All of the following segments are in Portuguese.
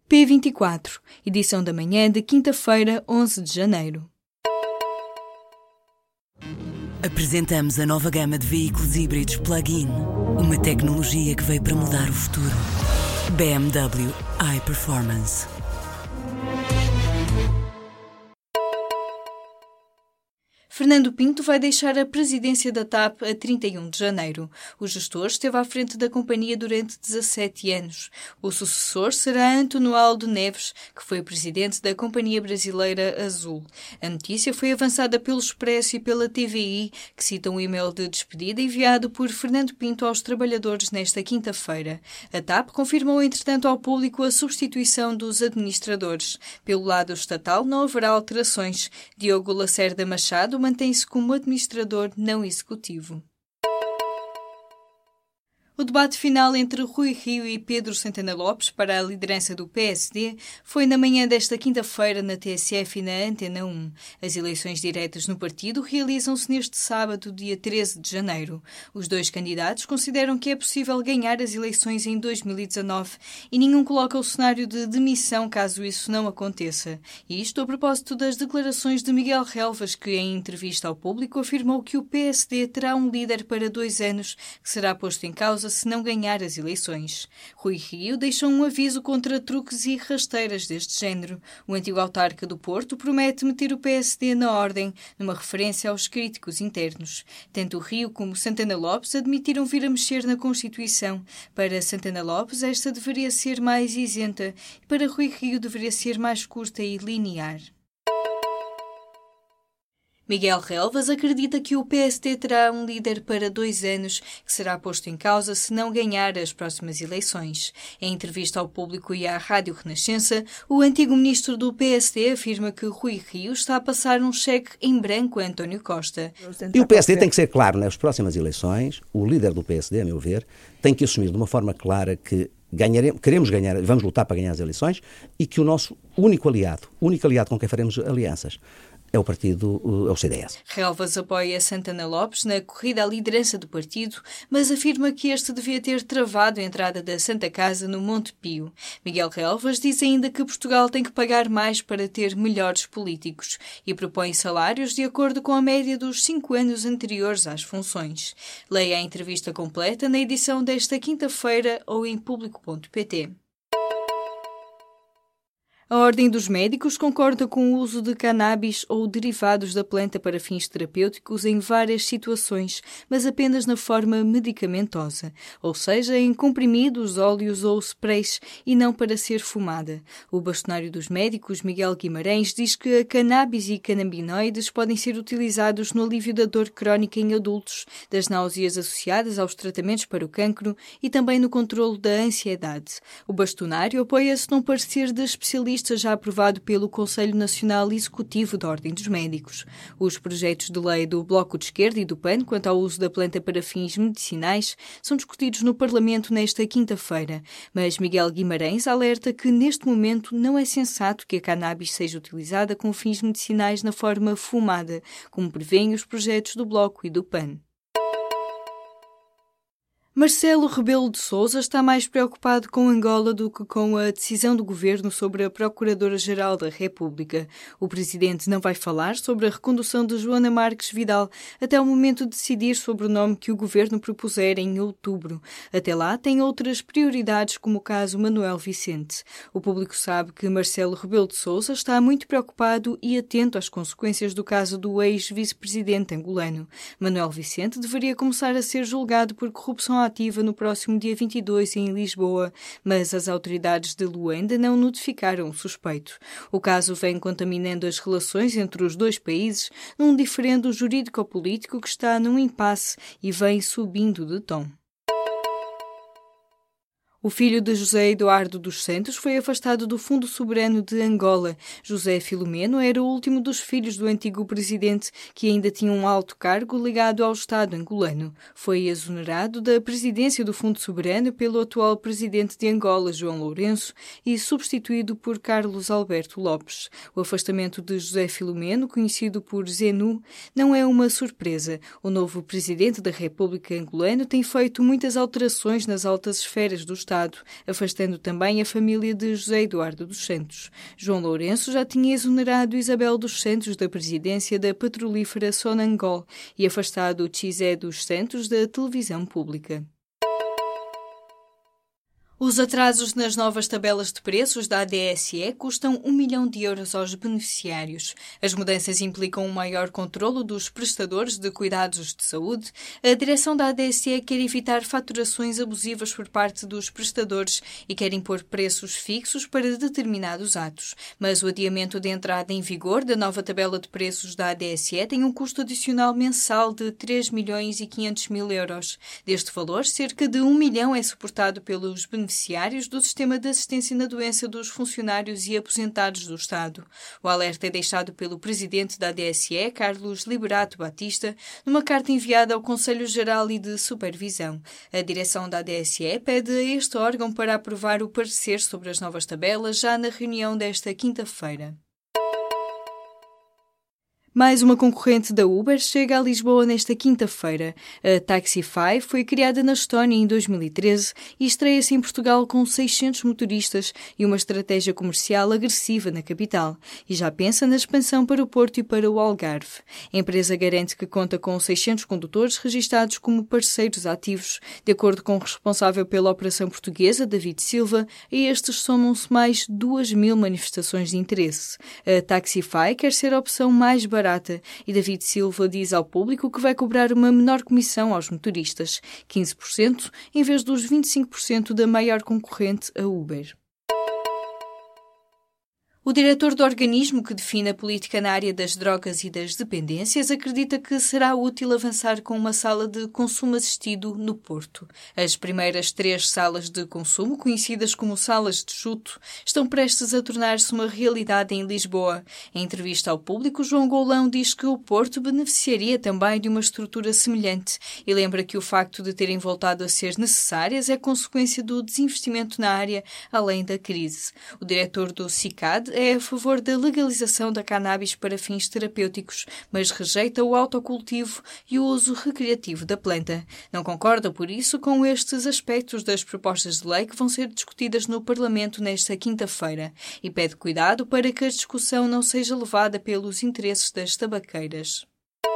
P24, edição da manhã de quinta-feira, 11 de janeiro. Apresentamos a nova gama de veículos híbridos plug-in. Uma tecnologia que veio para mudar o futuro. BMW iPerformance. Fernando Pinto vai deixar a presidência da TAP a 31 de janeiro. O gestor esteve à frente da companhia durante 17 anos. O sucessor será António Aldo Neves, que foi presidente da Companhia Brasileira Azul. A notícia foi avançada pelo Expresso e pela TVI, que citam um e-mail de despedida enviado por Fernando Pinto aos trabalhadores nesta quinta-feira. A TAP confirmou, entretanto, ao público a substituição dos administradores. Pelo lado estatal, não haverá alterações. Diogo Lacerda Machado mantém-se como administrador não executivo. O debate final entre Rui Rio e Pedro Santana Lopes para a liderança do PSD foi na manhã desta quinta-feira na TSF e na Antena 1. As eleições diretas no partido realizam-se neste sábado, dia 13 de janeiro. Os dois candidatos consideram que é possível ganhar as eleições em 2019 e nenhum coloca o cenário de demissão caso isso não aconteça. Isto a propósito das declarações de Miguel Relvas, que em entrevista ao público afirmou que o PSD terá um líder para 2 anos que será posto em causa se não ganhar as eleições. Rui Rio deixou um aviso contra truques e rasteiras deste género. O antigo autarca do Porto promete meter o PSD na ordem, numa referência aos críticos internos. Tanto Rio como Santana Lopes admitiram vir a mexer na Constituição. Para Santana Lopes, esta deveria ser mais isenta e para Rui Rio deveria ser mais curta e linear. Miguel Relvas acredita que o PSD terá um líder para 2 anos que será posto em causa se não ganhar as próximas eleições. Em entrevista ao público e à Rádio Renascença, o antigo ministro do PSD afirma que Rui Rio está a passar um cheque em branco a António Costa. E o PSD tem que ser claro nas próximas eleições. O líder do PSD, a meu ver, tem que assumir de uma forma clara que queremos ganhar, vamos lutar para ganhar as eleições e que o nosso único aliado com quem faremos alianças, é o CDS. Relvas apoia Santana Lopes na corrida à liderança do partido, mas afirma que este devia ter travado a entrada da Santa Casa no Monte Pio. Miguel Relvas diz ainda que Portugal tem que pagar mais para ter melhores políticos e propõe salários de acordo com a média dos 5 anos anteriores às funções. Leia a entrevista completa na edição desta quinta-feira ou em público.pt. A Ordem dos Médicos concorda com o uso de cannabis ou derivados da planta para fins terapêuticos em várias situações, mas apenas na forma medicamentosa, ou seja, em comprimidos, óleos ou sprays, e não para ser fumada. O bastonário dos médicos, Miguel Guimarães, diz que a cannabis e canabinoides podem ser utilizados no alívio da dor crónica em adultos, das náuseas associadas aos tratamentos para o cancro e também no controlo da ansiedade. O bastonário apoia-se num parecer de especialistas já aprovado pelo Conselho Nacional Executivo da Ordem dos Médicos. Os projetos de lei do Bloco de Esquerda e do PAN quanto ao uso da planta para fins medicinais são discutidos no Parlamento nesta quinta-feira, mas Miguel Guimarães alerta que neste momento não é sensato que a cannabis seja utilizada com fins medicinais na forma fumada, como prevêem os projetos do Bloco e do PAN. Marcelo Rebelo de Sousa está mais preocupado com Angola do que com a decisão do governo sobre a Procuradora-Geral da República. O presidente não vai falar sobre a recondução de Joana Marques Vidal até o momento de decidir sobre o nome que o governo propuser em outubro. Até lá, tem outras prioridades, como o caso Manuel Vicente. O público sabe que Marcelo Rebelo de Sousa está muito preocupado e atento às consequências do caso do ex-vice-presidente angolano. Manuel Vicente deveria começar a ser julgado por corrupção ativa no próximo dia 22 em Lisboa, mas as autoridades de Luanda não notificaram o suspeito. O caso vem contaminando as relações entre os dois países num diferendo jurídico-político que está num impasse e vem subindo de tom. O filho de José Eduardo dos Santos foi afastado do Fundo Soberano de Angola. José Filomeno era o último dos filhos do antigo presidente, que ainda tinha um alto cargo ligado ao Estado angolano. Foi exonerado da presidência do Fundo Soberano pelo atual presidente de Angola, João Lourenço, e substituído por Carlos Alberto Lopes. O afastamento de José Filomeno, conhecido por Zenu, não é uma surpresa. O novo presidente da República angolana tem feito muitas alterações nas altas esferas do Estado, Estado, afastando também a família de José Eduardo dos Santos. João Lourenço já tinha exonerado Isabel dos Santos da presidência da petrolífera Sonangol e afastado José dos Santos da televisão pública. Os atrasos nas novas tabelas de preços da ADSE custam 1 milhão de euros aos beneficiários. As mudanças implicam um maior controlo dos prestadores de cuidados de saúde. A direção da ADSE quer evitar faturações abusivas por parte dos prestadores e quer impor preços fixos para determinados atos. Mas o adiamento de entrada em vigor da nova tabela de preços da ADSE tem um custo adicional mensal de 3 milhões e 500 mil euros. Deste valor, cerca de 1 milhão é suportado pelos beneficiários do Sistema de Assistência na Doença dos Funcionários e Aposentados do Estado. O alerta é deixado pelo presidente da ADSE, Carlos Liberato Batista, numa carta enviada ao Conselho Geral e de Supervisão. A direção da ADSE pede a este órgão para aprovar o parecer sobre as novas tabelas já na reunião desta quinta-feira. Mais uma concorrente da Uber chega a Lisboa nesta quinta-feira. A Taxify foi criada na Estónia em 2013 e estreia-se em Portugal com 600 motoristas e uma estratégia comercial agressiva na capital. E já pensa na expansão para o Porto e para o Algarve. A empresa garante que conta com 600 condutores registados como parceiros ativos. De acordo com o responsável pela operação portuguesa, David Silva, a estes somam-se mais 2.000 manifestações de interesse. A Taxify quer ser a opção mais barata e David Silva diz ao público que vai cobrar uma menor comissão aos motoristas, 15%, em vez dos 25% da maior concorrente, a Uber. O diretor do organismo que define a política na área das drogas e das dependências acredita que será útil avançar com uma sala de consumo assistido no Porto. As primeiras 3 salas de consumo, conhecidas como salas de chuto, estão prestes a tornar-se uma realidade em Lisboa. Em entrevista ao público, João Goulão diz que o Porto beneficiaria também de uma estrutura semelhante e lembra que o facto de terem voltado a ser necessárias é consequência do desinvestimento na área, além da crise. O diretor do CICAD é a favor da legalização da cannabis para fins terapêuticos, mas rejeita o autocultivo e o uso recreativo da planta. Não concorda, por isso, com estes aspectos das propostas de lei que vão ser discutidas no Parlamento nesta quinta-feira e pede cuidado para que a discussão não seja levada pelos interesses das tabaqueiras.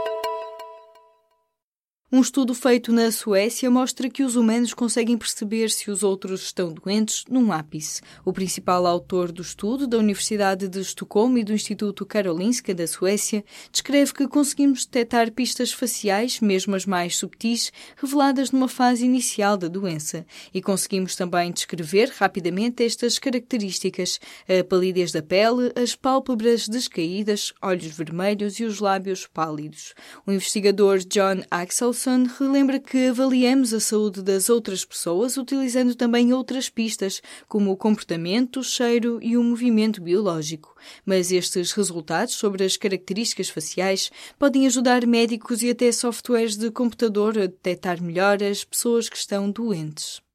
Um estudo feito na Suécia mostra que os humanos conseguem perceber se os outros estão doentes num ápice. O principal autor do estudo, da Universidade de Estocolmo e do Instituto Karolinska da Suécia, descreve que conseguimos detectar pistas faciais, mesmo as mais subtis, reveladas numa fase inicial da doença. E conseguimos também descrever rapidamente estas características: a palidez da pele, as pálpebras descaídas, olhos vermelhos e os lábios pálidos. O investigador John Axelson relembra que avaliamos a saúde das outras pessoas utilizando também outras pistas, como o comportamento, o cheiro e o movimento biológico. Mas estes resultados sobre as características faciais podem ajudar médicos e até softwares de computador a detectar melhor as pessoas que estão doentes.